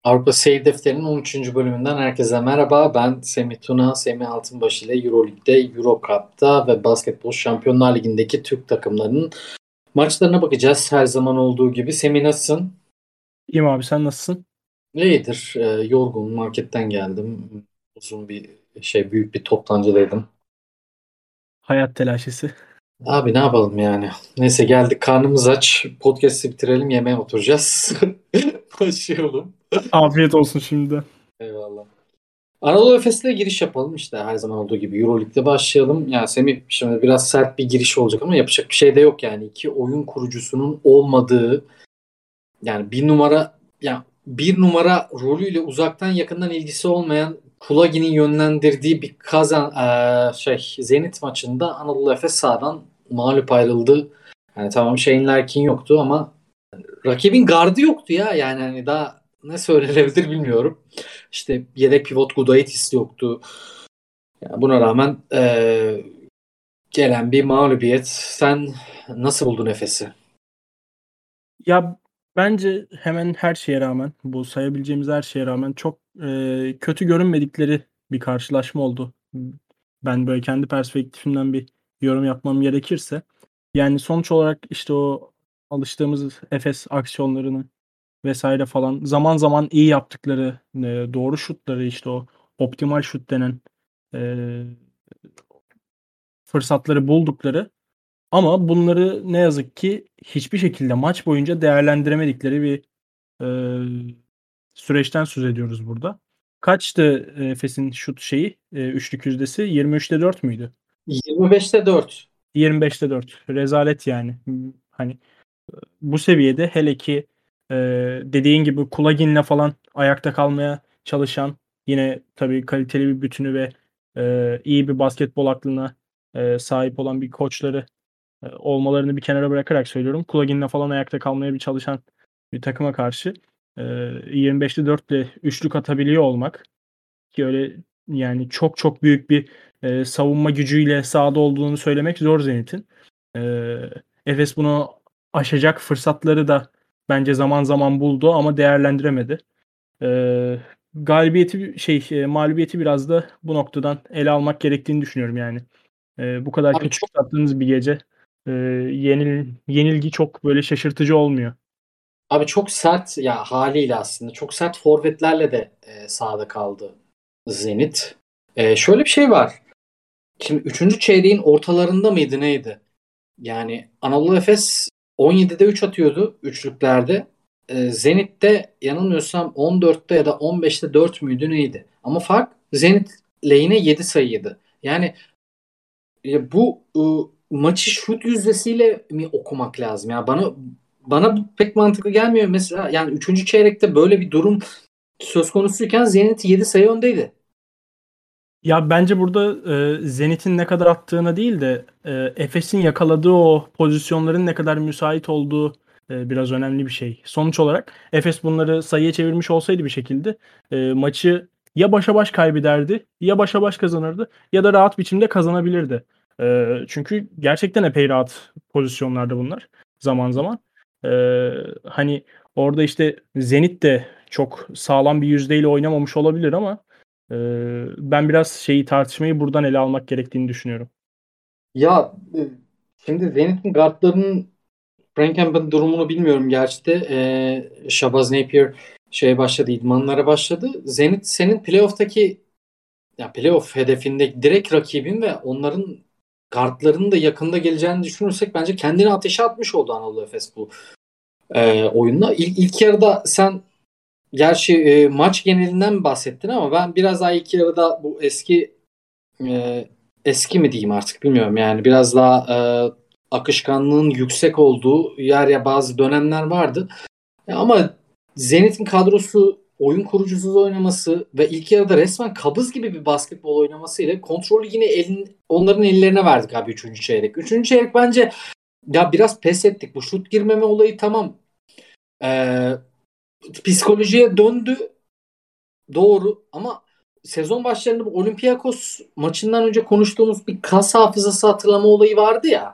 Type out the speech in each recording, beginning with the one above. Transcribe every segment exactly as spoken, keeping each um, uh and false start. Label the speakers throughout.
Speaker 1: Avrupa Seyir Defteri'nin on üçüncü bölümünden herkese merhaba. Ben Semih Tuna, Semih Altınbaş ile Euroleague'de, Euro Cup'ta ve Basketbol Şampiyonlar Ligi'ndeki Türk takımlarının maçlarına bakacağız her zaman olduğu gibi. Semih nasılsın?
Speaker 2: İyiyim abi, sen nasılsın?
Speaker 1: İyidir. Ee, yorgun. Marketten geldim. Uzun bir şey, büyük bir toptancıdaydım.
Speaker 2: Hayat telaşesi.
Speaker 1: Abi ne yapalım yani? Neyse geldik karnımız aç. Podcast'i bitirelim yemeğe oturacağız. Başlayalım.
Speaker 2: Afiyet olsun şimdi.
Speaker 1: Eyvallah. Anadolu Efes'le giriş yapalım işte her zaman olduğu gibi Euroleague'de başlayalım. Yani Semih şimdi biraz sert bir giriş olacak ama yapacak bir şey de yok yani. İki oyun kurucusunun olmadığı yani bir numara yani bir numara rolüyle uzaktan yakından ilgisi olmayan Kulagi'nin yönlendirdiği bir kazan eee, şey Zenit maçında Anadolu Efes sahadan mağlup ayrıldı. Yani tamam Shane Larkin yoktu ama rakibin gardı yoktu ya. Yani hani daha ne söylenebilir bilmiyorum. İşte yedek pivot Gudaitis yoktu. Yani buna rağmen eee, gelen bir mağlubiyet. Sen nasıl buldun Efes'i?
Speaker 2: Ya, bence hemen her şeye rağmen, bu sayabileceğimiz her şeye rağmen çok, eee, kötü görünmedikleri bir karşılaşma oldu. Ben böyle kendi perspektifimden bir yorum yapmam gerekirse, yani sonuç olarak işte o alıştığımız Efes aksiyonlarını vesaire falan zaman zaman iyi yaptıkları, eee, doğru şutları, işte o optimal şut denen, eee, fırsatları buldukları. Ama bunları ne yazık ki hiçbir şekilde maç boyunca değerlendiremedikleri bir, eee, süreçten söz ediyoruz burada. Kaçtı, eee, Efes'in şut şeyi, eee, üçlük yüzdesi? yirmi üçte dört müydü?
Speaker 1: yirmi beşte dört.
Speaker 2: yirmi beşte dört. Rezalet yani. Imm, hani, bu seviyede hele ki, eee, dediğin gibi Kulagin'le falan ayakta kalmaya çalışan, yine tabii kaliteli bir bütünü ve, eee, iyi bir basketbol aklına, eee, sahip olan bir koçları Eee, olmalarını bir kenara bırakarak söylüyorum. Kulagin'le falan ayakta kalmaya bir çalışan bir takıma karşı, eee, yirmi beşte dörtle üçlük atabiliyor olmak ki öyle yani çok çok büyük bir, eee, savunma gücüyle sahada olduğunu söylemek zor Zenit'in. Eee, Efes bunu aşacak fırsatları da bence zaman zaman buldu ama değerlendiremedi. Eee, galibiyeti şey, eee, mağlubiyeti biraz da bu noktadan ele almak gerektiğini düşünüyorum yani. Eee, bu kadar
Speaker 1: Abi
Speaker 2: kötü
Speaker 1: çok
Speaker 2: çıkarttığınız bir gece, eee, yenil yenilgi çok böyle şaşırtıcı olmuyor.
Speaker 1: abi çok sert ya haliyle aslında çok sert forvetlerle de e, sahada kaldı Zenit. E, şöyle bir şey var. Şimdi üçüncü çeyreğin ortalarında mıydı neydi? Yani Anadolu Efes on yedide üç atıyordu üçlüklerde. Ee, Zenit'te yanılmıyorsam on dörtte ya da on beşte dört müydü neydi? Ama fark Zenit lehine yedi sayıydı. Yani e, bu e, maçı şut yüzdesiyle mi okumak lazım? Ya bana bana bu pek mantıklı gelmiyor. Mesela yani üçüncü çeyrekte böyle bir durum söz konusuyken Zenit yedi sayı öndeydi.
Speaker 2: Ya, bence burada, eee, Zenit'in ne kadar attığına değil de, eee, Efes'in yakaladığı o pozisyonların ne kadar müsait olduğu, eee, biraz önemli bir şey. Sonuç olarak Efes bunları sayıya çevirmiş olsaydı bir şekilde, eee, maçı ya başa baş kaybederdi, ya başa baş kazanırdı ya da rahat biçimde kazanabilirdi. Eee, çünkü gerçekten epey rahat pozisyonlardı bunlar zaman zaman. Eee, hani, orada, işte, Zenit de çok sağlam bir yüzdeyle oynamamış olabilir ama Eee, ben biraz şeyi, tartışmayı buradan ele almak gerektiğini düşünüyorum.
Speaker 1: Ya e, şimdi Zenit'in guardlarının Frank Camp'in durumunu bilmiyorum gerçi de e, Shabazz Napier şeye başladı, idmanlara başladı. Zenit senin playoff'taki ya playoff hedefinde direkt rakibin ve onların guardlarının da yakında geleceğini düşünürsek bence kendini ateşe atmış oldu Anadolu Efes bu e, oyunla. İlk, ilk yarıda sen gerçi e, maç genelinden bahsettin ama ben biraz daha ilk yarıda bu eski e, eski mi diyeyim artık bilmiyorum yani biraz daha e, akışkanlığın yüksek olduğu yer ya bazı dönemler vardı. Ya ama Zenit'in kadrosu oyun kurucusuz oynaması ve ilk yarıda resmen kabız gibi bir basketbol oynaması ile kontrolü yine elin, onların ellerine verdik abi üçüncü çeyrek. Üçüncü çeyrek bence ya biraz pes ettik. Bu şut girmeme olayı tamam. Ee, psikolojiye döndü doğru ama sezon başlarında bu Olympiakos maçından önce konuştuğumuz bir kas hafızası hatırlama olayı vardı ya.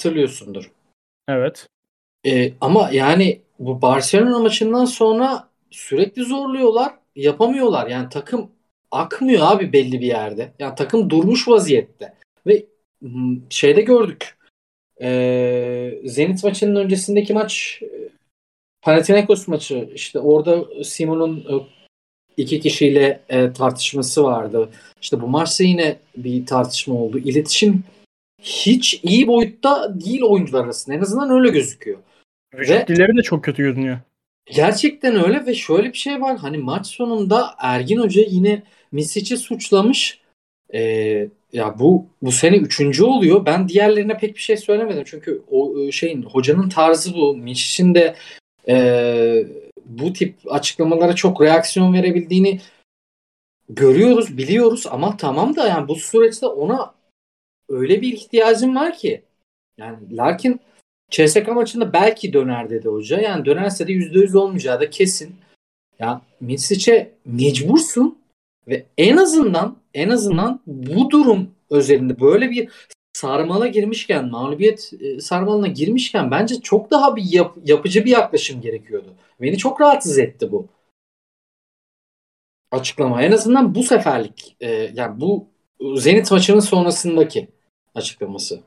Speaker 1: Hatırlıyorsundur.
Speaker 2: Evet.
Speaker 1: Ee, ama yani bu Barcelona maçından sonra sürekli zorluyorlar, yapamıyorlar. Yani takım akmıyor abi belli bir yerde. Yani takım durmuş vaziyette. Ve hmm, şeyde gördük. Ee, Zenit maçının öncesindeki maç e, Panathinaikos maçı, işte orada Simon'un e, iki kişiyle e, tartışması vardı. İşte bu maçta yine bir tartışma oldu. İletişim hiç iyi boyutta değil oyuncular arasında. En azından öyle gözüküyor.
Speaker 2: Vücut
Speaker 1: Ve
Speaker 2: dilleri de çok kötü görünüyor.
Speaker 1: gerçekten öyle ve şöyle bir şey var. Hani maç sonunda Ergin Hoca yine Misic'i suçlamış. Ee, ya bu bu sene üçüncü oluyor. Ben diğerlerine pek bir şey söylemedim. Çünkü o e, şeyin hocanın tarzı bu. Misic'in de e, bu tip açıklamalara çok reaksiyon verebildiğini görüyoruz, biliyoruz ama tamam da yani bu süreçte ona öyle bir ihtiyacım var ki. Yani Larkin C S K maçında belki döner dedi hoca. Yani dönerse de yüzde yüz olmayacağı da kesin. Ya Misic'e mecbursun ve en azından en azından bu durum özelinde böyle bir sarmala girmişken, mağlubiyet e, sarmalına girmişken bence çok daha bir yap- yapıcı bir yaklaşım gerekiyordu. Beni çok rahatsız etti bu açıklama. En azından bu seferlik e, yani bu Zenit maçının sonrasındaki açıklaması.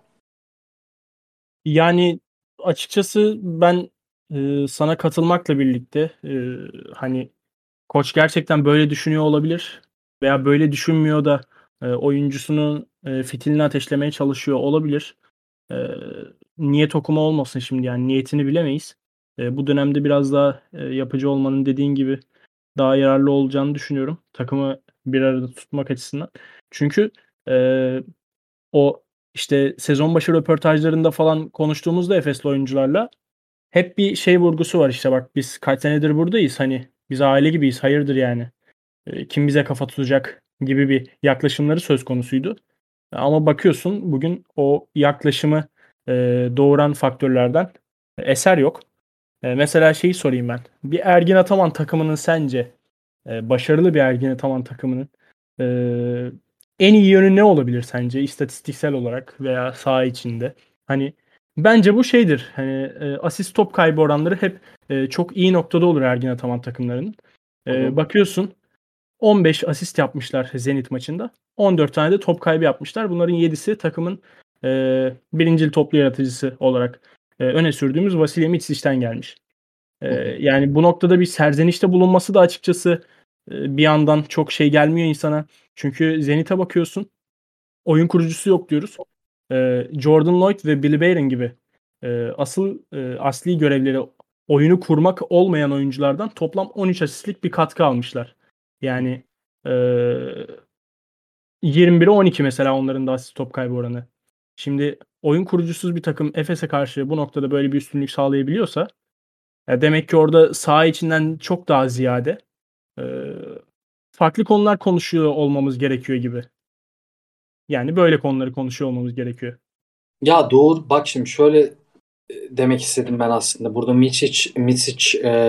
Speaker 2: Yani açıkçası ben e, sana katılmakla birlikte e, hani koç gerçekten böyle düşünüyor olabilir veya böyle düşünmüyor da e, oyuncusunun e, fitilini ateşlemeye çalışıyor olabilir. E, niyet okuma olmasın şimdi, yani niyetini bilemeyiz. E, bu dönemde biraz daha e, yapıcı olmanın dediğin gibi daha yararlı olacağını düşünüyorum. Takımı bir arada tutmak açısından. Çünkü e, o işte sezon başı röportajlarında falan konuştuğumuzda Efesli oyuncularla hep bir şey vurgusu var, işte bak biz kaç senedir buradayız, hani biz aile gibiyiz, hayırdır yani. E, kim bize kafa tutacak gibi bir yaklaşımları söz konusuydu. Ama bakıyorsun bugün o yaklaşımı e, doğuran faktörlerden eser yok. E, mesela şeyi sorayım ben. Bir Ergin Ataman takımının sence e, başarılı bir Ergin Ataman takımının e, en iyi yönü ne olabilir sence istatistiksel olarak veya saha içinde? Hani bence bu şeydir. Hani e, asist top kaybı oranları hep e, çok iyi noktada olur Ergin Ataman takımlarının.
Speaker 1: Hı hı.
Speaker 2: E, bakıyorsun on beş asist yapmışlar Zenit maçında. on dört tane de top kaybı yapmışlar. Bunların yedisi takımın e, birincil toplu yaratıcısı olarak e, öne sürdüğümüz Vasilya Micic'ten gelmiş. E,
Speaker 1: Hı hı.
Speaker 2: yani bu noktada bir serzenişte bulunması da açıkçası e, bir yandan çok şey gelmiyor insana. Çünkü Zenit'e bakıyorsun, oyun kurucusu yok diyoruz. E, Jordan Lloyd ve Billy Barron gibi e, asıl e, asli görevleri oyunu kurmak olmayan oyunculardan toplam on üç asistlik bir katkı almışlar. Yani e, yirmi bire on iki mesela onların da asist top kaybı oranı. Şimdi oyun kurucusuz bir takım Efes'e karşı bu noktada böyle bir üstünlük sağlayabiliyorsa ya demek ki orada saha içinden çok daha ziyade e, farklı konular konuşuyor olmamız gerekiyor gibi. Yani böyle konuları konuşuyor olmamız gerekiyor.
Speaker 1: Ya doğru, bak şimdi şöyle e, demek istedim ben aslında. Burada Micic, Micic e,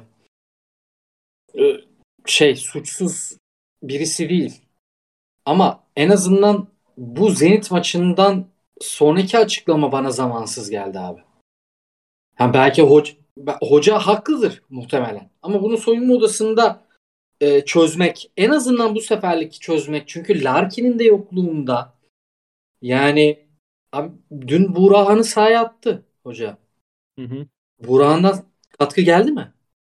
Speaker 1: e, şey suçsuz birisi değil. Ama en azından bu Zenit maçından sonraki açıklama bana zamansız geldi abi. Ha belki hoca, hoca haklıdır muhtemelen. Ama bunu soyunma odasında e, çözmek, en azından bu seferlik çözmek. Çünkü Larkin'in de yokluğunda yani abi, dün Burakhan'ı sahaya attı hoca.
Speaker 2: Hı hı.
Speaker 1: Burakhan'dan katkı geldi mi?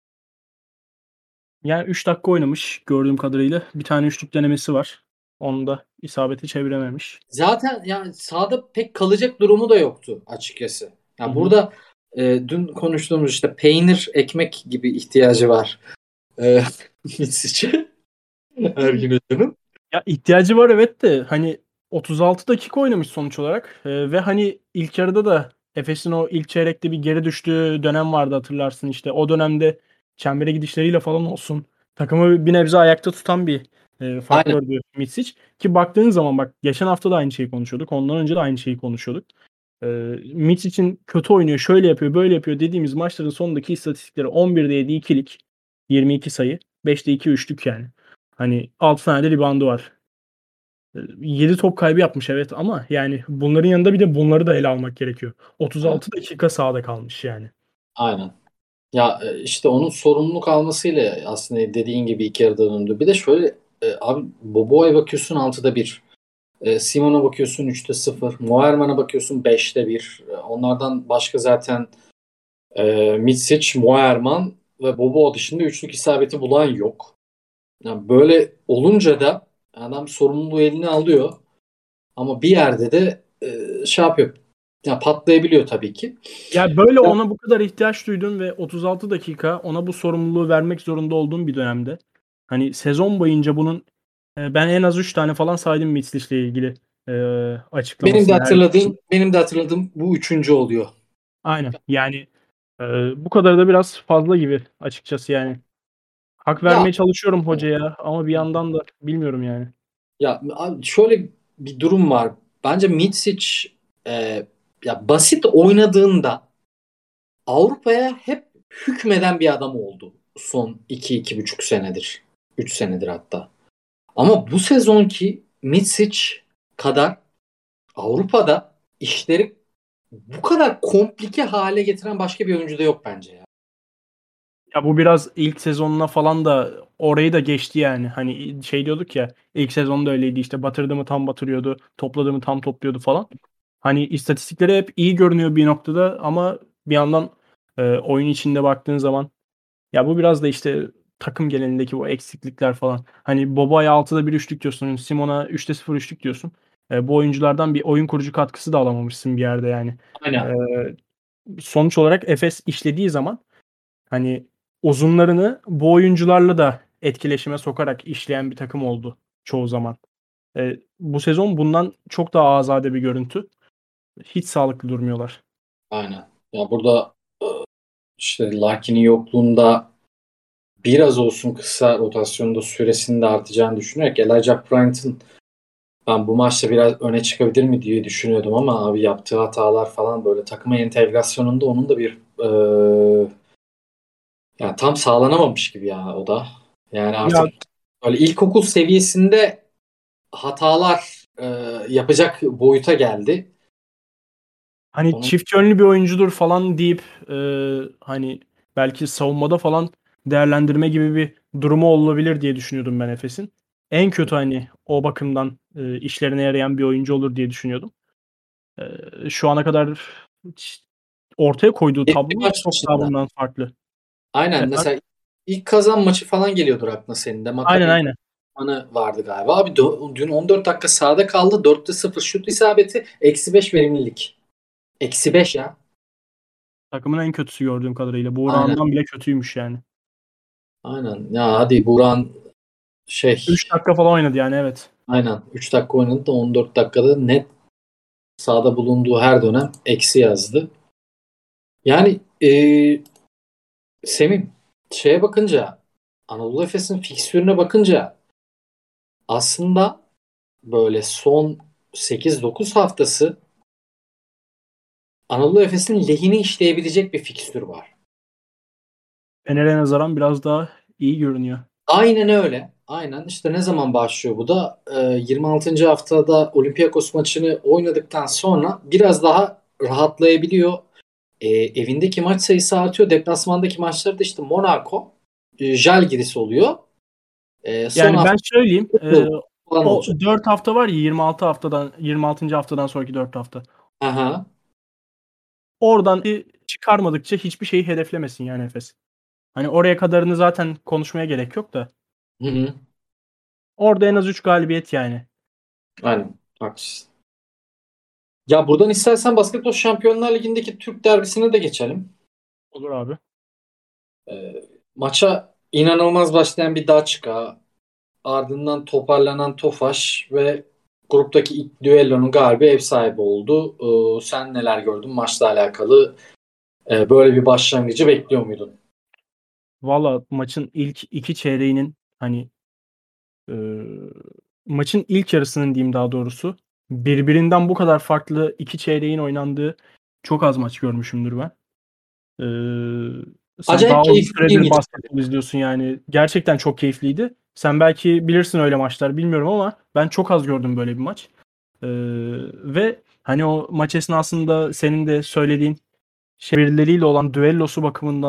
Speaker 2: Yani üç dakika oynamış gördüğüm kadarıyla. Bir tane üçlük denemesi var. Onu da isabete çevirememiş.
Speaker 1: Zaten yani sahada pek kalacak durumu da yoktu açıkçası.
Speaker 2: Hı
Speaker 1: Yani
Speaker 2: hı.
Speaker 1: burada e, dün konuştuğumuz işte peynir, ekmek gibi ihtiyacı var. E, Misic'e Ergin Hoca'nın.
Speaker 2: Ya ihtiyacı var evet de hani otuz altı dakika oynamış sonuç olarak. Ee, ve hani ilk yarıda da Efes'in o ilk çeyrekte bir geri düştüğü dönem vardı, hatırlarsın işte. O dönemde çembere gidişleriyle falan olsun. Takımı bir nebze ayakta tutan bir e,
Speaker 1: Aynen.
Speaker 2: faktördü Micic. Ki baktığın zaman bak, geçen hafta da aynı şeyi konuşuyorduk. Ondan önce de aynı şeyi konuşuyorduk. Ee, Micic'in kötü oynuyor, şöyle yapıyor, böyle yapıyor dediğimiz maçların sonundaki istatistikleri on birde yedi ikilik, yirmi iki sayı, beşte iki üçlük yani. Hani altı tane de reboundu var. yedi top kaybı yapmış evet, ama yani bunların yanında bir de bunları da ele almak gerekiyor.
Speaker 1: Aynen.
Speaker 2: otuz altı dakika sahada kalmış yani.
Speaker 1: Aynen. Ya e, işte onun sorumluluk almasıyla aslında dediğin gibi iki yarıda döndü. Bir de şöyle e, abi Boboa'ya bakıyorsun altıda bir. E, Simon'a bakıyorsun üçte sıfır. Moerman'a bakıyorsun beşte bir. E, onlardan başka zaten e, Mitsic, Moerman ve Boboa dışında üçlük isabeti bulan yok. Yani böyle olunca da adam sorumluluğu eline alıyor. Ama bir yerde de e, şey yapıyor. Ya patlayabiliyor tabii ki.
Speaker 2: Ya böyle ona bu kadar ihtiyaç duydun ve otuz altı dakika ona bu sorumluluğu vermek zorunda olduğun bir dönemde. Hani sezon boyunca bunun e, ben en az üç tane falan saydım Mitsic'le ilgili e,
Speaker 1: Benim de
Speaker 2: açıklamasını. Her...
Speaker 1: hatırladığım, benim de hatırladığım bu üçüncü oluyor.
Speaker 2: Aynen. Yani e, bu kadar da biraz fazla gibi açıkçası yani. Hak
Speaker 1: Ya
Speaker 2: vermeye çalışıyorum hocaya ama bir yandan da bilmiyorum yani.
Speaker 1: ya abi şöyle bir durum var. Bence Mitsic e, ya basit oynadığında Avrupa'ya hep hükmeden bir adam oldu. Son iki iki buçuk senedir. Üç senedir hatta. Ama bu sezonki Mitsic kadar Avrupa'da işleri bu kadar komplike hale getiren başka bir oyuncu da yok bence ya.
Speaker 2: Ya bu biraz ilk sezonuna falan da orayı da geçti yani. Hani şey diyorduk ya ilk sezonda öyleydi işte batırdı mı tam batırıyordu, topladı mı tam topluyordu falan. Hani istatistikleri hep iyi görünüyor bir noktada ama bir yandan e, oyun içinde baktığın zaman ya bu biraz da işte takım genelindeki bu eksiklikler falan. Hani Boba'ya altıda bir üçlük diyorsun, Simon'a üçte sıfır üçlük diyorsun. E, bu oyunculardan bir oyun kurucu katkısı da alamamışsın bir yerde yani. E,
Speaker 1: Aynen.
Speaker 2: sonuç olarak Efes işlediği zaman hani uzunlarını bu oyuncularla da etkileşime sokarak işleyen bir takım oldu çoğu zaman. Eee, bu sezon bundan çok daha azade bir görüntü. Hiç sağlıklı durmuyorlar.
Speaker 1: Aynen. Ya burada e, işte Larkin'in yokluğunda biraz olsun kısa rotasyonda süresinin de artacağını düşünerek Elijah Bryant'ın ben bu maçta biraz öne çıkabilir mi diye düşünüyordum ama abi yaptığı hatalar falan böyle takıma entegrasyonunda onun da bir e, yani tam sağlanamamış gibi ya o da. Yani
Speaker 2: Ya
Speaker 1: artık böyle ilkokul seviyesinde hatalar e, yapacak boyuta geldi.
Speaker 2: hani
Speaker 1: Onun
Speaker 2: çift yönlü bir oyuncudur falan deyip eee, hani belki savunmada falan değerlendirme gibi bir durumu olabilir diye düşünüyordum ben Efes'in. En kötü hani o bakımdan eee, işlerine yarayan bir oyuncu olur diye düşünüyordum. Eee, şu ana kadar hiç ortaya koyduğu
Speaker 1: bir
Speaker 2: tablo
Speaker 1: maç
Speaker 2: çok daha
Speaker 1: dışında.
Speaker 2: bundan farklı.
Speaker 1: Aynen
Speaker 2: Efendim?
Speaker 1: mesela ilk kazan maçı falan geliyordur aklına senin de.
Speaker 2: Aynen
Speaker 1: Maccabi
Speaker 2: aynen.
Speaker 1: anı vardı galiba. Abi dö- dün on dört dakika sahada kaldı. dörtte sıfır şut isabeti. Eksi beş verimlilik. Eksi beş ya.
Speaker 2: Takımın en kötüsü gördüğüm kadarıyla.
Speaker 1: Aynen.
Speaker 2: Buğra'ndan bile kötüymüş yani.
Speaker 1: Aynen. Ya hadi Buran şey
Speaker 2: üç dakika falan oynadı yani evet.
Speaker 1: aynen üç dakika oynadı da on dört dakikada net sahada bulunduğu her dönem eksi yazdı. Yani e, Semih şeye bakınca Anadolu Efes'in fikstürüne bakınca aslında böyle son sekiz dokuz haftası Anadolu Efes'in lehine işleyebilecek bir fikstür var.
Speaker 2: Fener'e nazaran biraz daha iyi görünüyor.
Speaker 1: Aynen öyle. Aynen. İşte ne zaman başlıyor bu da? Ee, yirmi altıncı haftada Olympiakos maçını oynadıktan sonra biraz daha rahatlayabiliyor. Ee, evindeki maç sayısı artıyor. Deplasmandaki maçları da işte Monaco, e, Žalgiris oluyor. Ee, son
Speaker 2: Yani
Speaker 1: hafta
Speaker 2: ben söyleyeyim, eee,
Speaker 1: falan
Speaker 2: o
Speaker 1: olacak.
Speaker 2: dört hafta var ya yirmi altı haftadan yirmi altıncı haftadan sonraki dört hafta.
Speaker 1: Aha.
Speaker 2: Oradan bir çıkarmadıkça hiçbir şeyi hedeflemesin yani Efes. Hani oraya kadarını zaten konuşmaya gerek yok da.
Speaker 1: Hı hı.
Speaker 2: Orada en az üç galibiyet yani.
Speaker 1: Aynen. Haklısın. Ya buradan istersen Basketbol Şampiyonlar Ligi'ndeki Türk derbisine de geçelim.
Speaker 2: Olur abi.
Speaker 1: Ee, maça inanılmaz başlayan bir Daçka, ardından toparlanan Tofaş ve gruptaki ilk düellonun galibi ev sahibi oldu. Ee, sen neler gördün maçla alakalı? Ee, böyle bir başlangıcı bekliyor muydun?
Speaker 2: Valla maçın ilk iki çeyreğinin hani eee, maçın ilk yarısının diyeyim daha doğrusu birbirinden bu kadar farklı iki çeyreğin oynandığı çok az maç görmüşümdür ben. Eee, sen
Speaker 1: Acayip
Speaker 2: daha uzun
Speaker 1: keyifli değil
Speaker 2: süredir
Speaker 1: miydi?
Speaker 2: basketbol izliyorsun yani. Gerçekten çok keyifliydi. Sen belki bilirsin öyle maçlar bilmiyorum ama ben çok az gördüm böyle bir maç. Eee, ve hani o maç esnasında senin de söylediğin şey birileriyle olan düellosu bakımından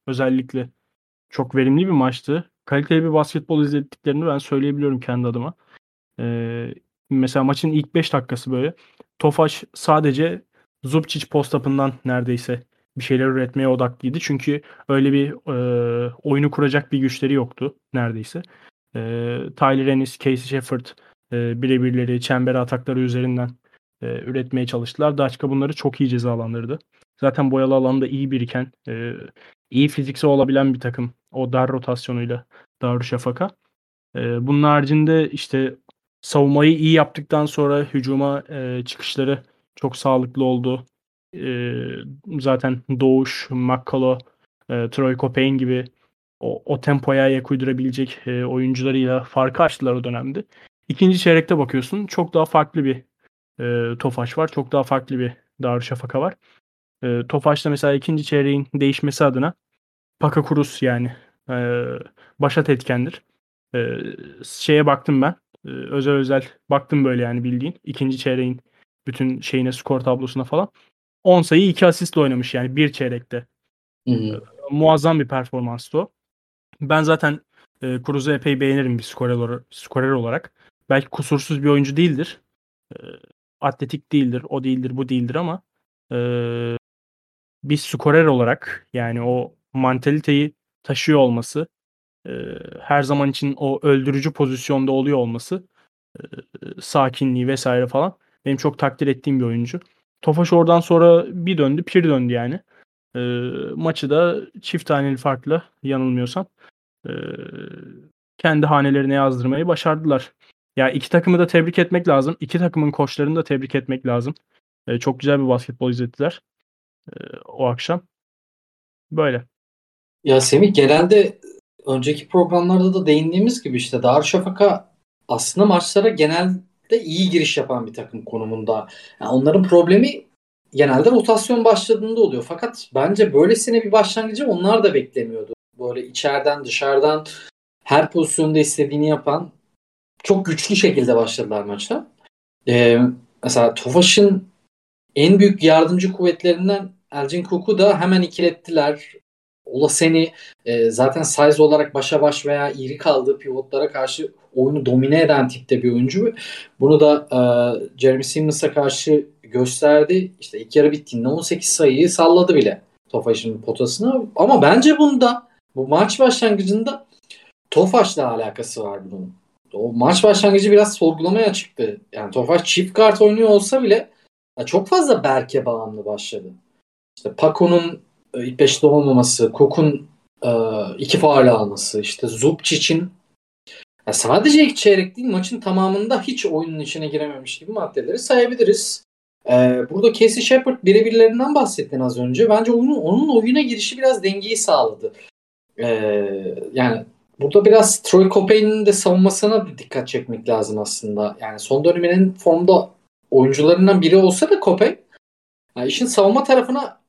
Speaker 2: özellikle çok verimli bir maçtı. Kaliteli bir basketbol izlediklerini ben söyleyebiliyorum kendi adıma. Eee, mesela maçın ilk beş dakikası böyle Tofaş sadece Zubčić post-up'ından neredeyse bir şeyler üretmeye odaklıydı. Çünkü öyle bir eee, oyunu kuracak bir güçleri yoktu neredeyse. Eee Tyler Ennis, Casey Shepherd eee, birebirleri, çember atakları üzerinden eee, üretmeye çalıştılar. Daçka bunları çok iyi cezalandırdı. Zaten boyalı alanda iyi biriken, eee, iyi fiziksel olabilen bir takım. O dar rotasyonuyla Darüşşafaka. Eee, bunun haricinde işte savunmayı iyi yaptıktan sonra hücuma eee, çıkışları çok sağlıklı oldu. Eee, zaten Doğuş, McCullough, eee, Troy Caupain gibi o, o tempoya ayak uydurabilecek eee, oyuncularıyla farkı açtılar o dönemde. İkinci çeyrekte bakıyorsun çok daha farklı bir eee Tofaş var. Çok daha farklı bir Darüşşafaka var. Eee Tofaş'ta mesela ikinci çeyreğin değişmesi adına Paka Kurus yani eee başat etkendir. Eee, şeye baktım ben. Eee, özel özel baktım böyle yani bildiğin. ikinci çeyreğin bütün şeyine skor tablosuna falan. on sayı iki asistle oynamış yani bir çeyrekte.
Speaker 1: Hı
Speaker 2: Eee,
Speaker 1: hı.
Speaker 2: muazzam bir performanstı o. Ben zaten eee Kurus'u epey beğenirim bir skorer, olarak, skorer olarak. Belki kusursuz bir oyuncu değildir. Eee, atletik değildir, o değildir, bu değildir ama eee, bir skorer olarak yani o mantaliteyi taşıyor olması, eee, her zaman için o öldürücü pozisyonda oluyor olması, eee, sakinliği vesaire falan benim çok takdir ettiğim bir oyuncu. Tofaş oradan sonra bir döndü, pir döndü yani. Eee, maçı da çift taneli farkla yanılmıyorsam eee, kendi hanelerine yazdırmayı başardılar. Ya iki takımı da tebrik etmek lazım. İki takımın koçlarını da tebrik etmek lazım. Eee, çok güzel bir basketbol izlettiler eee, o akşam. Böyle.
Speaker 1: Ya Semih, genelde önceki programlarda da değindiğimiz gibi işte Darüşşafaka aslında maçlara genelde iyi giriş yapan bir takım konumunda. Yani onların problemi genelde rotasyon başladığında oluyor. Fakat bence böylesine bir başlangıcı onlar da beklemiyordu. Böyle içeriden dışarıdan her pozisyonda istediğini yapan çok güçlü şekilde başladılar maça. Ee, mesela Tofaş'ın en büyük yardımcı kuvvetlerinden Elgin Cook'u da hemen ikilettiler. Olaseni e, zaten size olarak başa baş veya iri kaldığı pivotlara karşı oyunu domine eden tipte bir oyuncu. Bunu da e, Jeremy Simmons'a karşı gösterdi. İşte ilk yarı bittiğinde on sekiz sayıyı salladı bile Tofaş'ın potasına. Ama bence bunda bu maç başlangıcında Tofaş'la alakası var bunun. O maç başlangıcı biraz sorgulamaya çıktı. Yani Tofaş çift kart oynuyor olsa bile ya çok fazla Berk'e bağımlı başladı. İşte Paco'nun e, ilk beşte olmaması, Cook'un e, iki faul alması, işte Zubčic'in ya sadece ilk çeyrek değil maçın tamamında hiç oyunun içine girememiş gibi maddeleri sayabiliriz. E, burada Casey Shepherd birebirlerinden bahsettin az önce. Bence oyunun, onun oyuna girişi biraz dengeyi sağladı. E, yani burada biraz Troy Caupain'in de savunmasına da dikkat çekmek lazım aslında. Yani son döneminin formda oyuncularından biri olsa da Caupain yani işin savunma tarafına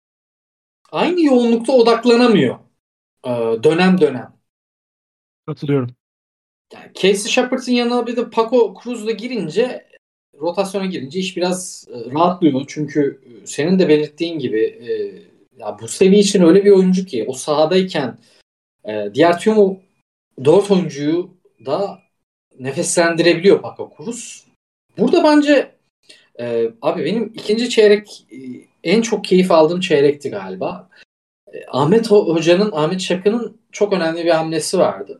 Speaker 1: aynı yoğunlukta odaklanamıyor. Ee, dönem dönem.
Speaker 2: Katılıyorum.
Speaker 1: Yani Casey Shepherd'ın yanına bir de Paco Cruz'la girince rotasyona girince iş biraz e, rahatlıyor. Çünkü e, senin de belirttiğin gibi e, ya bu seviye için öyle bir oyuncu ki o sahadayken e, diğer tüm o dört oyuncuyu da nefeslendirebiliyor Paco Cruz. Burada bence e, abi benim ikinci çeyrek e, en çok keyif aldığım çeyrekti galiba. Ahmet Hoca'nın, Ahmet Şakı'nın çok önemli bir hamlesi vardı.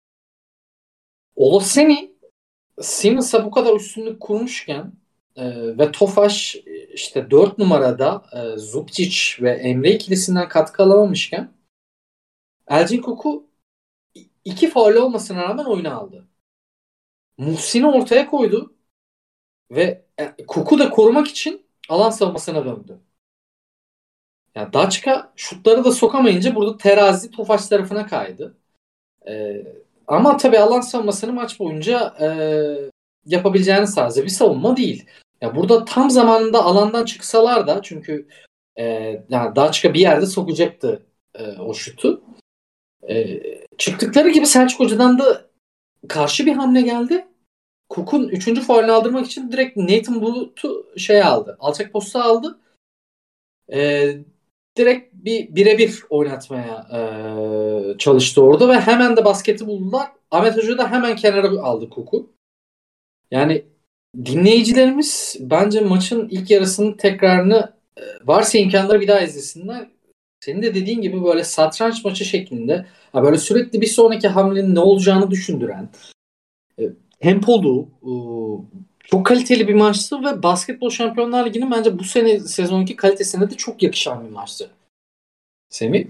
Speaker 1: Olaseni Simmons'a bu kadar üstünlük kurmuşken e, ve Tofaş e, işte dört numarada e, Zubčić ve Emre ikilisinden katkı alamamışken Elgin Cook'u iki faul olmasına rağmen oyuna aldı. Muhsin'i ortaya koydu ve e, Cook'u da korumak için alan savunmasına döndü. Yani Daçka şutları da sokamayınca burada terazi Tofaş tarafına kaydı. Ee, ama tabii alan savunmasını maç boyunca e, yapabileceğini sadece bir savunma değil. Ya burada tam zamanında alandan çıksalar da çünkü e, yani Daçka bir yerde sokacaktı e, o şutu. E, çıktıkları gibi Selçuk Hoca'dan da karşı bir hamle geldi. Cook'un üçüncü faulünü aldırmak için direkt Nathan Bulut'u şey aldı. Alçak posta aldı. E, direkt bir birebir oynatmaya e, çalıştı orada ve hemen de basketi buldular. Ahmet Hoca da hemen kenara aldı Cook'u. Yani dinleyicilerimiz bence maçın ilk yarısının tekrarını e, varsa imkanları bir daha izlesinler. Senin de dediğin gibi böyle satranç maçı şeklinde ha böyle sürekli bir sonraki hamlenin ne olacağını düşündüren e, tempolu e, çok kaliteli bir maçtı ve Basketbol Şampiyonlar Ligi'nin bence bu sene sezonki kalitesine de çok yakışan bir maçtı. Semih.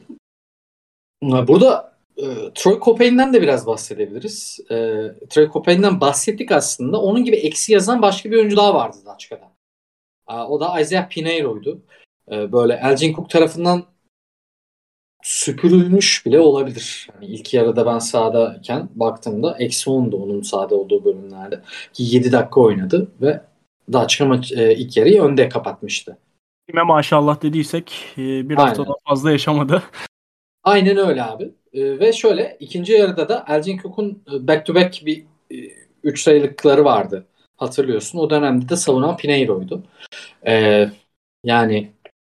Speaker 1: Burada e, Troy Copayne'den de biraz bahsedebiliriz. E, Troy Copayne'den bahsettik aslında. Onun gibi eksi yazan başka bir oyuncu daha vardı Daçka'da. E, o da Isaiah Pinheiro'ydu. E, böyle Elgin Cook tarafından süpürülmüş bile olabilir. Yani ilk yarıda ben sahadayken baktığımda eksi ondu onun sahada olduğu bölümlerde. Ki yedi dakika oynadı ve Daçka maç, e, ilk yarıyı önde kapatmıştı.
Speaker 2: Kime maşallah dediysek e, bir haftadan
Speaker 1: Aynen.
Speaker 2: fazla yaşamadı.
Speaker 1: Aynen öyle abi. E, ve şöyle ikinci yarıda da Elgin Cook'un back to back bir e, üç sayılıkları vardı. Hatırlıyorsun. O dönemde de savunan Pinheiro'ydu. E, yani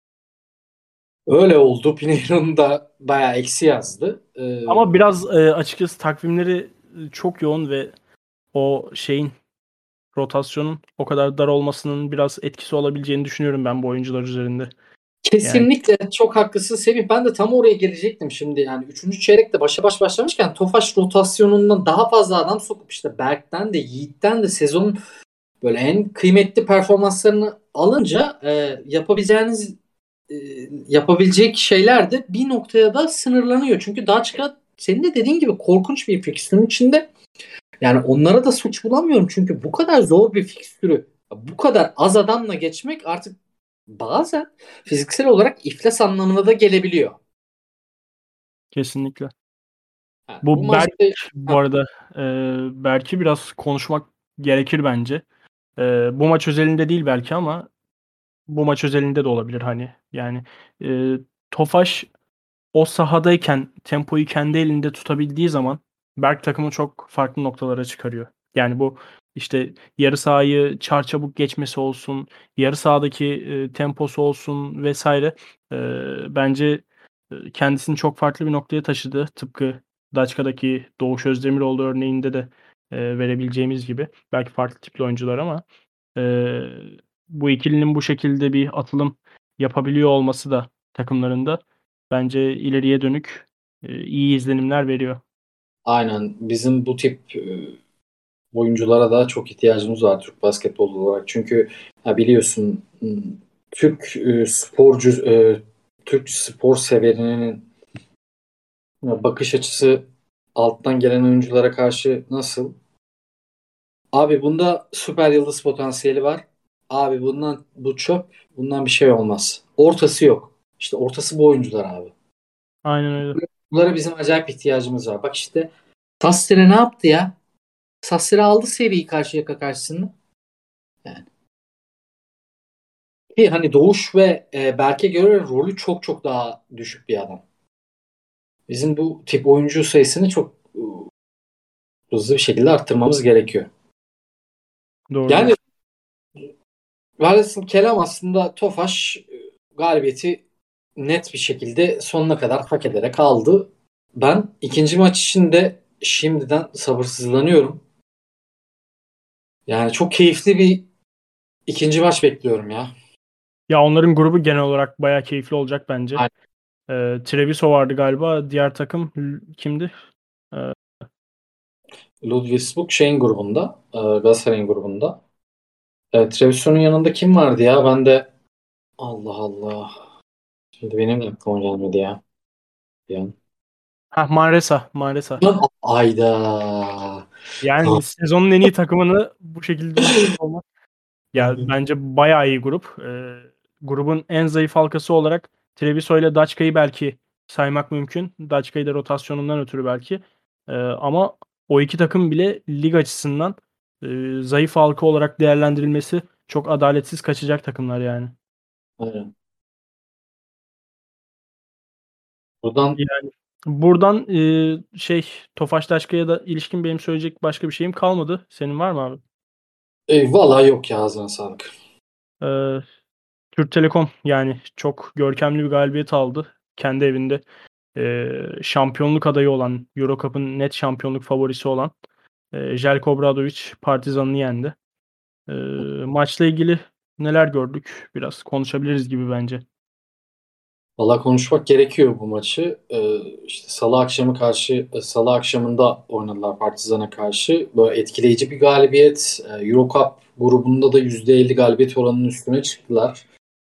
Speaker 1: öyle oldu. Pinheiro'nun da bayağı eksi yazdı. E,
Speaker 2: Ama biraz e, açıkçası takvimleri e, çok yoğun ve o şeyin rotasyonun o kadar dar olmasının biraz etkisi olabileceğini düşünüyorum ben bu oyuncular üzerinde. Yani
Speaker 1: Kesinlikle çok haklısın Semih. Ben de tam oraya gelecektim şimdi. Yani üçüncü çeyrekte başa baş başlamışken Tofaş rotasyonundan daha fazla adam sokup işte Berk'ten de Yiğit'ten de sezonun böyle en kıymetli performanslarını alınca e, yapabileceğiniz e, yapabilecek şeyler de bir noktaya da sınırlanıyor. Çünkü Daçka senin de dediğin gibi korkunç bir fikstürün içinde. Yani onlara da suç bulamıyorum. Çünkü bu kadar zor bir fikstürü bu kadar az adamla geçmek artık bazen fiziksel olarak iflas anlamına da gelebiliyor.
Speaker 2: kesinlikle.
Speaker 1: Yani bu
Speaker 2: Bu Berk
Speaker 1: maçta
Speaker 2: bu
Speaker 1: ha,
Speaker 2: arada e, Berk'i biraz konuşmak gerekir bence. E, bu maç özelinde değil belki ama bu maç özelinde de olabilir hani. Yani e, Tofaş o sahadayken tempoyu kendi elinde tutabildiği zaman Berk takımı çok farklı noktalara çıkarıyor. Yani bu işte yarı sahayı çarçabuk geçmesi olsun, yarı sahadaki e, temposu olsun vesaire. E, bence e, kendisini çok farklı bir noktaya taşıdı. Tıpkı Daçka'daki Doğuş Özdemiroğlu örneğinde de e, verebileceğimiz gibi. Belki farklı tipli oyuncular ama e, bu ikilinin bu şekilde bir atılım yapabiliyor olması da takımlarında bence ileriye dönük e, iyi izlenimler veriyor.
Speaker 1: aynen bizim bu tip e, oyunculara da çok ihtiyacımız var Türk basketbolu olarak. Çünkü ha, biliyorsun m, Türk e, sporcu e, Türk spor severinin ya, bakış açısı alttan gelen oyunculara karşı nasıl? Abi bunda süper yıldız potansiyeli var. Abi bundan bu çöp. Bundan bir şey olmaz. Ortası yok. İşte ortası bu oyuncular abi.
Speaker 2: Aynen öyle.
Speaker 1: Bunlara bizim acayip ihtiyacımız var. Bak işte Sastre ne yaptı ya? Sastre aldı seriyi Karşıyaka karşısında. Yani. Ki hani Doğuş ve e, Berk'e göre rolü çok çok daha düşük bir adam. Bizim bu tip oyuncu sayısını çok e, hızlı bir şekilde arttırmamız gerekiyor.
Speaker 2: Doğru
Speaker 1: Yani
Speaker 2: diyorsun.
Speaker 1: velhasıl kelam aslında Tofaş e, galibiyeti net bir şekilde sonuna kadar hak ederek aldı. Ben ikinci maç için de şimdiden sabırsızlanıyorum. Yani çok keyifli bir ikinci maç bekliyorum ya.
Speaker 2: Ya onların grubu genel olarak bayağı keyifli olacak bence.
Speaker 1: Aynen.
Speaker 2: E, Treviso vardı galiba. Diğer takım l- kimdi? E,
Speaker 1: Ludwigsburg şeyin grubunda, e, Galatasaray'ın grubunda. E, Treviso'nun yanında kim vardı ya? Ben de Allah Allah. Şimdi benim de aklıma gelmedi ya. Bir an.
Speaker 2: ha Manresa. Manresa.
Speaker 1: Lan, ayda.
Speaker 2: Yani sezonun en iyi takımını bu şekilde unutmuş olmak. Ya bence bayağı iyi grup. Ee, grubun en zayıf halkası olarak Treviso ile Daçka'yı belki saymak mümkün. Daçka'yı da rotasyonundan ötürü belki. Ee, ama o iki takım bile lig açısından e, zayıf halka olarak değerlendirilmesi çok adaletsiz kaçacak takımlar yani.
Speaker 1: Aynen. Buradan
Speaker 2: Yani buradan e, şey Tofaş Daçka'ya da ilişkin benim söyleyecek başka bir şeyim kalmadı. Senin var mı abi?
Speaker 1: e, vallahi yok ya ağzına sağlık.
Speaker 2: Ee, Türk Telekom yani çok görkemli bir galibiyet aldı. Kendi evinde, eee, şampiyonluk adayı olan, Euro Cup'ın net şampiyonluk favorisi olan, eee, Jelko Obradović Partizan'ı yendi. Eee, maçla ilgili neler gördük? Biraz konuşabiliriz gibi bence.
Speaker 1: Valla konuşmak gerekiyor bu maçı. Ee, işte Salı akşamı karşı, Salı akşamında oynadılar Partizan'a karşı. Böyle etkileyici bir galibiyet. Ee, Euro Cup grubunda da yüzde elli galibiyet oranının üstüne çıktılar.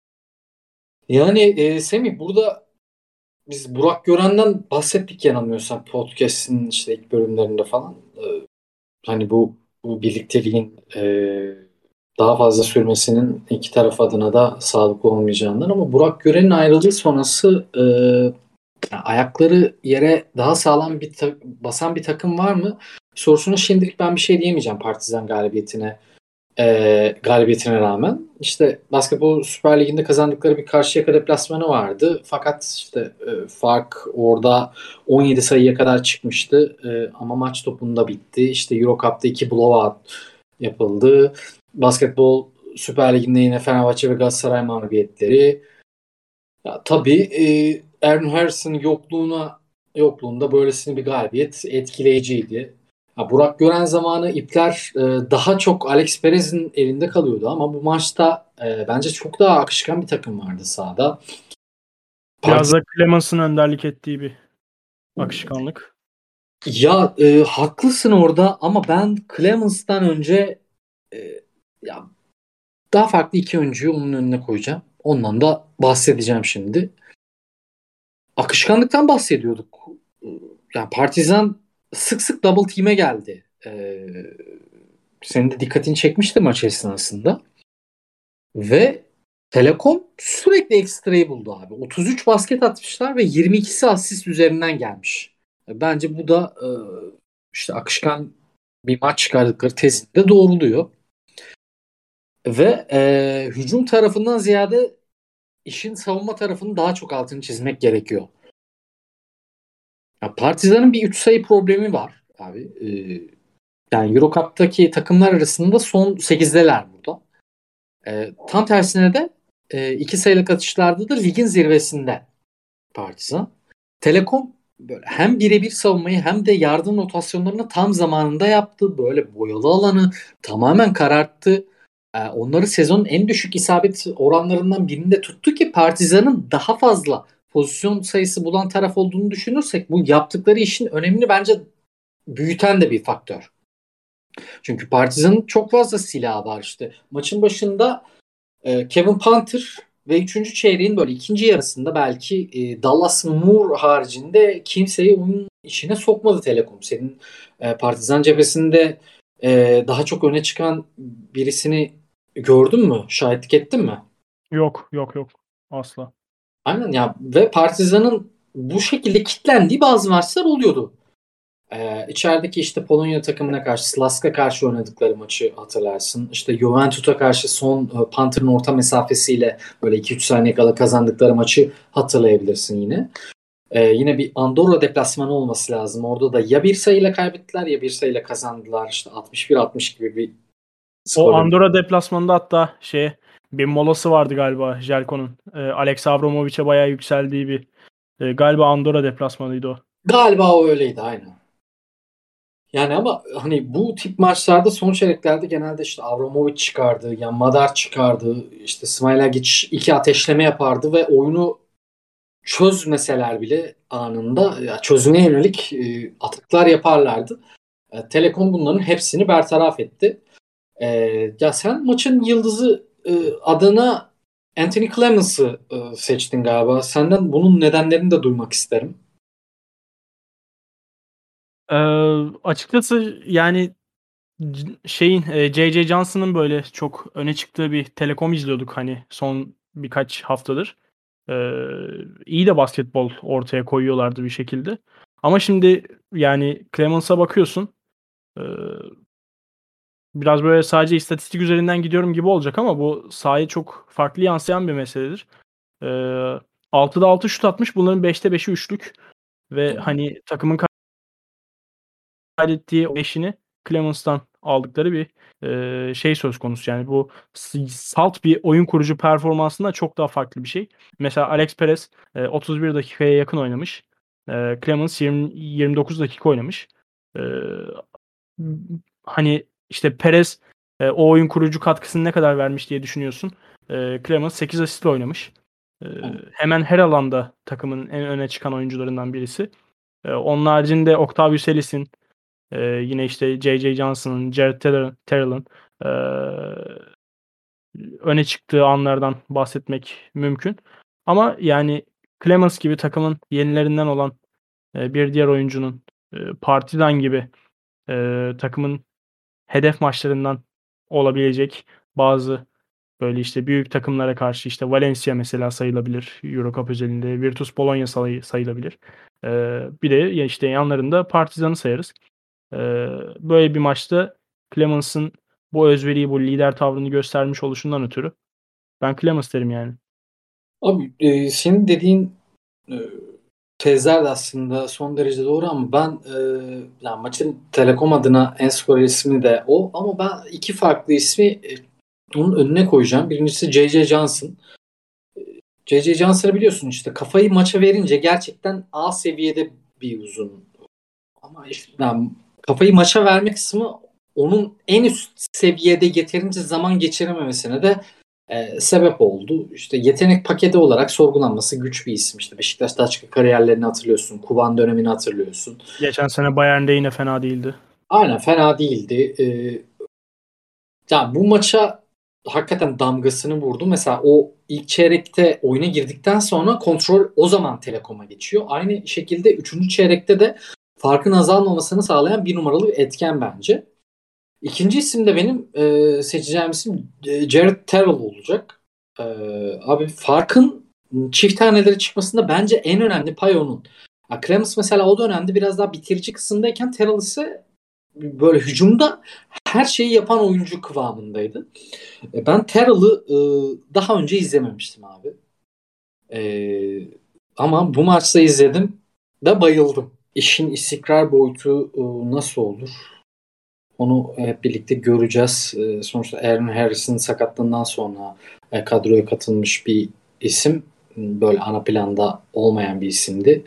Speaker 1: Yani e, Semih burada biz Burak Gören'den bahsettik yanılmıyorsam podcast'in işte ilk bölümlerinde falan. Ee, hani bu, bu birlikteliğin e, daha fazla sürmesinin iki taraf adına da sağlıklı olmayacağından ama Burak Gören'in ayrılığı sonrası e, ayakları yere daha sağlam bir ta- basan bir takım var mı? Sorusuna şimdilik ben bir şey diyemeyeceğim Partizan galibiyetine e, galibiyetine rağmen. İşte Basketbol Süper Ligi'nde kazandıkları bir Karşıyaka deplasmanı vardı. Fakat işte e, fark orada on yedi sayıya kadar çıkmıştı. E, ama maç topunda bitti. İşte Euro Cup'ta iki blowout yapıldı. Basketbol Süper Ligi'nde yine Fenerbahçe ve Galatasaray mağlubiyetleri. Ya, tabii e, Aaron Harris'in yokluğuna yokluğunda böylesine bir galibiyet etkileyiciydi. Ya, Burak Gören zamanı ipler e, daha çok Alex Perez'in elinde kalıyordu ama bu maçta e, bence çok daha akışkan bir takım vardı sahada.
Speaker 2: Biraz
Speaker 1: Partiz
Speaker 2: da Clemens'ın önderlik ettiği bir akışkanlık.
Speaker 1: ya e, haklısın orada ama ben Clemens'tan önce e, ya daha farklı iki oyuncuyu onun önüne koyacağım. Ondan da bahsedeceğim şimdi. Akışkanlıktan bahsediyorduk. Yani Partizan sık sık double team'e geldi. Ee, senin de dikkatini çekmişti maç esnasında. Ve Telekom sürekli ekstrayı buldu abi. otuz üç basket atmışlar ve yirmi ikisi asist üzerinden gelmiş. Bence bu da e, işte akışkan bir maç çıkardıkları tezini de doğruluyor. Ve e, hücum tarafından ziyade işin savunma tarafının daha çok altını çizmek gerekiyor. Ya Partizan'ın bir üç sayı problemi var abi. Ee, yani Euro Cup'taki takımlar arasında son sekizdeler burada. Ee, tam tersine de e, iki sayılık atışlarda da ligin zirvesinde Partizan. Telekom böyle hem birebir savunmayı hem de yardım rotasyonlarını tam zamanında yaptı. Böyle boyalı alanı tamamen kararttı. Ee, onları sezonun en düşük isabet oranlarından birinde tuttu ki Partizan'ın daha fazla pozisyon sayısı bulan taraf olduğunu düşünürsek bu yaptıkları işin önemini bence büyüten de bir faktör. Çünkü Partizan'ın çok fazla silahı var işte. Maçın başında e, Kevin Panther ve üçüncü çeyreğin böyle ikinci yarısında belki e, Dallas Moore haricinde kimseyi oyun içine sokmadı Telekom. Senin e, Partizan cephesinde e, daha çok öne çıkan birisini gördün mü? Şahitlik ettin mi?
Speaker 2: Yok, yok, yok. Asla.
Speaker 1: Aynen ya ve Partizan'ın bu şekilde kitlendiği bazı maçlar oluyordu. Ee, içerideki işte Polonya takımına karşı, Slask'a karşı oynadıkları maçı hatırlarsın. İşte Juventus'a karşı son e, Panther'ın orta mesafesiyle böyle iki üç saniye kala kazandıkları maçı hatırlayabilirsin yine. Ee, yine bir Andorra deplasmanı olması lazım. Orada da ya bir sayıyla kaybettiler ya bir sayıyla kazandılar. İşte altmış bir altmış gibi bir
Speaker 2: O
Speaker 1: skor.
Speaker 2: Andorra deplasmanında hatta şey bir molası vardı galiba Jelko'nun. Eee, Alex Avramovic'e bayağı yükseldiği bir eee, galiba Andorra deplasmanıydı o.
Speaker 1: Galiba o öyleydi aynen. Yani ama hani bu tip maçlarda son çeyreklerde genelde işte Avramovic çıkardı, yani Madar çıkardı, işte Smailagic iki ateşleme yapardı ve oyunu çözmeseler bile anında ya çözüme yönelik e, ataklar yaparlardı. E, Telekom bunların hepsini bertaraf etti. E, ya sen maçın yıldızı e, adına Anthony Clemens'ı e, seçtin galiba. Senden bunun nedenlerini de duymak isterim.
Speaker 2: Eee, açıkçası yani c şeyin, eee, J J Johnson'ın böyle çok öne çıktığı bir Telekom izliyorduk hani son birkaç haftadır. Eee, iyi de basketbol ortaya koyuyorlardı bir şekilde. Ama şimdi yani Clemens'a bakıyorsun, eee, biraz böyle sadece istatistik üzerinden gidiyorum gibi olacak ama bu sahaya çok farklı yansıyan bir meseledir. Eee, altıda altı şut atmış. Bunların beşte beşi üçlük ve hani takımın kaydettiği o beşini Clemens'tan aldıkları bir e, şey söz konusu. Yani bu salt bir oyun kurucu performansında çok daha farklı bir şey. Mesela Alex Perez e, otuz bir dakikaya yakın oynamış. E, Clemens yirmi, yirmi dokuz dakika oynamış. E, hani işte Perez e, o oyun kurucu katkısını ne kadar vermiş diye düşünüyorsun. E, Clemens sekiz asistle oynamış. E, hemen her alanda takımın en öne çıkan oyuncularından birisi. E, onun haricinde Octavius Ellis'in e, yine işte J J Johnson'ın, Jared Terrell'ın e, öne çıktığı anlardan bahsetmek mümkün. Ama yani Clemens gibi takımın yenilerinden olan e, bir diğer oyuncunun e, Partizan gibi e, takımın hedef maçlarından olabilecek bazı böyle işte büyük takımlara karşı işte Valencia mesela sayılabilir Euro Cup özelinde. Virtus Bologna sayı, sayılabilir. Ee, bir de ya işte yanlarında Partizan'ı sayarız. Ee, böyle bir maçta Clemens'ın bu özveriyi, bu lider tavrını göstermiş oluşundan ötürü ben Clemens derim yani.
Speaker 1: Abi e, senin dediğin e, tezler de aslında son derece doğru ama ben e, yani maçın Telekom adına en skor ismi de o ama ben iki farklı ismi e, onun önüne koyacağım. Birincisi J J Johnson. J J Johnson'ı biliyorsun işte kafayı maça verince gerçekten A seviyede bir uzun. Ama işte yani kafayı maça verme kısmı onun en üst seviyede yeterince zaman geçirememesine de e, sebep oldu. İşte yetenek paketi olarak sorgulanması güç bir isim. İşte Beşiktaş'ta açık kariyerlerini hatırlıyorsun. Kuban dönemini hatırlıyorsun.
Speaker 2: Geçen sene Bayern'de yine fena değildi.
Speaker 1: Aynen fena değildi. E, ya bu maça hakikaten damgasını vurdu. Mesela o ilk çeyrekte oyuna girdikten sonra kontrol o zaman Telekom'a geçiyor. Aynı şekilde üçüncü çeyrekte de farkın azalmamasını sağlayan bir numaralı bir etken bence. İkinci isim de benim e, seçeceğim isim e, Jared Terrell olacak. E, abi farkın çift taneleri çıkmasında bence en önemli pay onun. Ya, Clemens mesela o dönemde biraz daha bitirici kısımdayken Terrell ise böyle hücumda her şeyi yapan oyuncu kıvamındaydı. E, ben Terrell'ı e, daha önce izlememiştim abi. E, ama bu maçta izledim ve bayıldım. İşin istikrar boyutu e, nasıl olur? Onu hep birlikte göreceğiz. E, sonuçta Aaron Harris'in sakatlığından sonra e, kadroya katılmış bir isim. Böyle ana planda olmayan bir isimdi.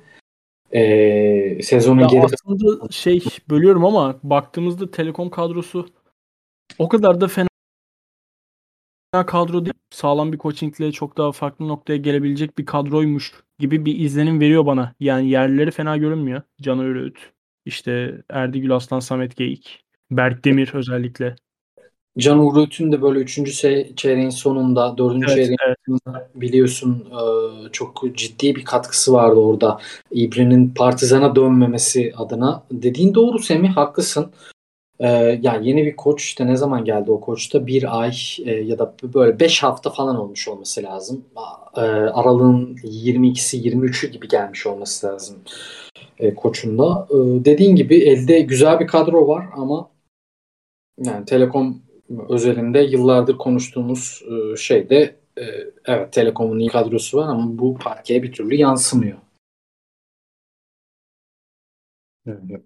Speaker 1: E, sezonun
Speaker 2: Ya
Speaker 1: geri
Speaker 2: aslında şey bölüyorum ama baktığımızda Telekom kadrosu o kadar da fena kadro değil. Sağlam bir coachingle çok daha farklı noktaya gelebilecek bir kadroymuş gibi bir izlenim veriyor bana. Yani yerlileri fena görünmüyor. Can Öğüt, işte Erdi Aslan, Samet Geyik, Berk Demir özellikle.
Speaker 1: Can Uğur'un de böyle üçüncü se- çeyreğin sonunda, dördüncü
Speaker 2: Evet,
Speaker 1: çeyreğin
Speaker 2: evet.
Speaker 1: sonunda biliyorsun e, çok ciddi bir katkısı vardı orada. İbre'nin Partizan'a dönmemesi adına. Dediğin doğru Semih, haklısın. E, ya yeni bir koç işte ne zaman geldi o koçta? Bir ay e, ya da böyle beş hafta falan olmuş olması lazım. E, aralığın yirmi ikisi yirmi üçü gibi gelmiş olması lazım e, koçunda. E, dediğin gibi elde güzel bir kadro var ama yani Telekom özelinde yıllardır konuştuğumuz e, şey de e, evet Telekom'un iyi kadrosu var ama bu parkeye bir türlü yansımıyor. Evet.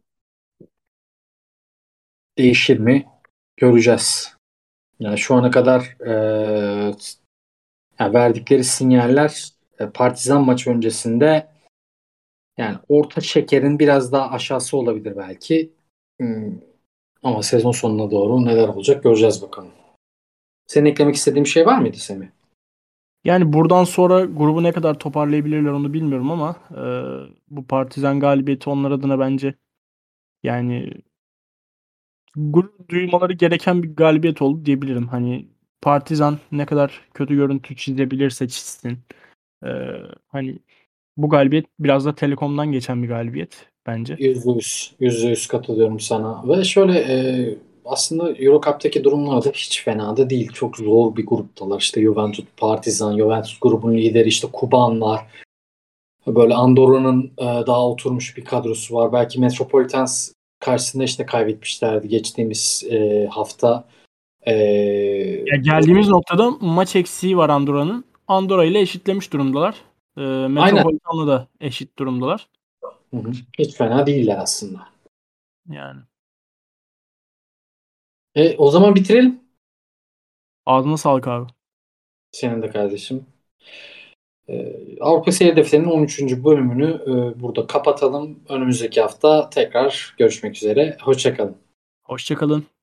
Speaker 1: Değişir mi? Göreceğiz. Yani şu ana kadar e, yani verdikleri sinyaller e, Partizan maçı öncesinde yani orta şekerin biraz daha aşağısı olabilir belki. Hmm, ama sezon sonuna doğru neler olacak göreceğiz bakalım. Senin eklemek istediğin bir şey var mıydı Semih?
Speaker 2: Yani buradan sonra grubu ne kadar toparlayabilirler onu bilmiyorum ama e, bu Partizan galibiyeti onlar adına bence yani gurur duymaları gereken bir galibiyet oldu diyebilirim. Hani Partizan ne kadar kötü görüntü çizebilirse çizsin. E, hani bu galibiyet biraz da Telekom'dan geçen bir galibiyet bence.
Speaker 1: Yüzde yüz, yüzde yüz katılıyorum sana. Ve şöyle e, aslında Euro Cup'taki durumlar da hiç fena da değil. Çok zor bir gruptalar. İşte Juventus, Partizan, Juventus grubun lideri işte Kuban var. Böyle Andorra'nın e, daha oturmuş bir kadrosu var. Belki Metropolitans karşısında işte kaybetmişlerdi geçtiğimiz e, hafta. E,
Speaker 2: Ya geldiğimiz noktada maç eksiği var Andorra'nın. Andorra ile eşitlemiş durumdalar. E,
Speaker 1: aynen.
Speaker 2: Metropolitan'la da eşit durumdalar.
Speaker 1: Hı hı. Hiç fena değiller aslında.
Speaker 2: Yani
Speaker 1: E, o zaman bitirelim.
Speaker 2: Ağzına sağlık abi.
Speaker 1: Senin de kardeşim. E, Avrupa Seyir Defteri'nin on üçüncü bölümünü e, burada kapatalım. Önümüzdeki hafta tekrar görüşmek üzere. Hoşça kalın.
Speaker 2: Hoşça kalın.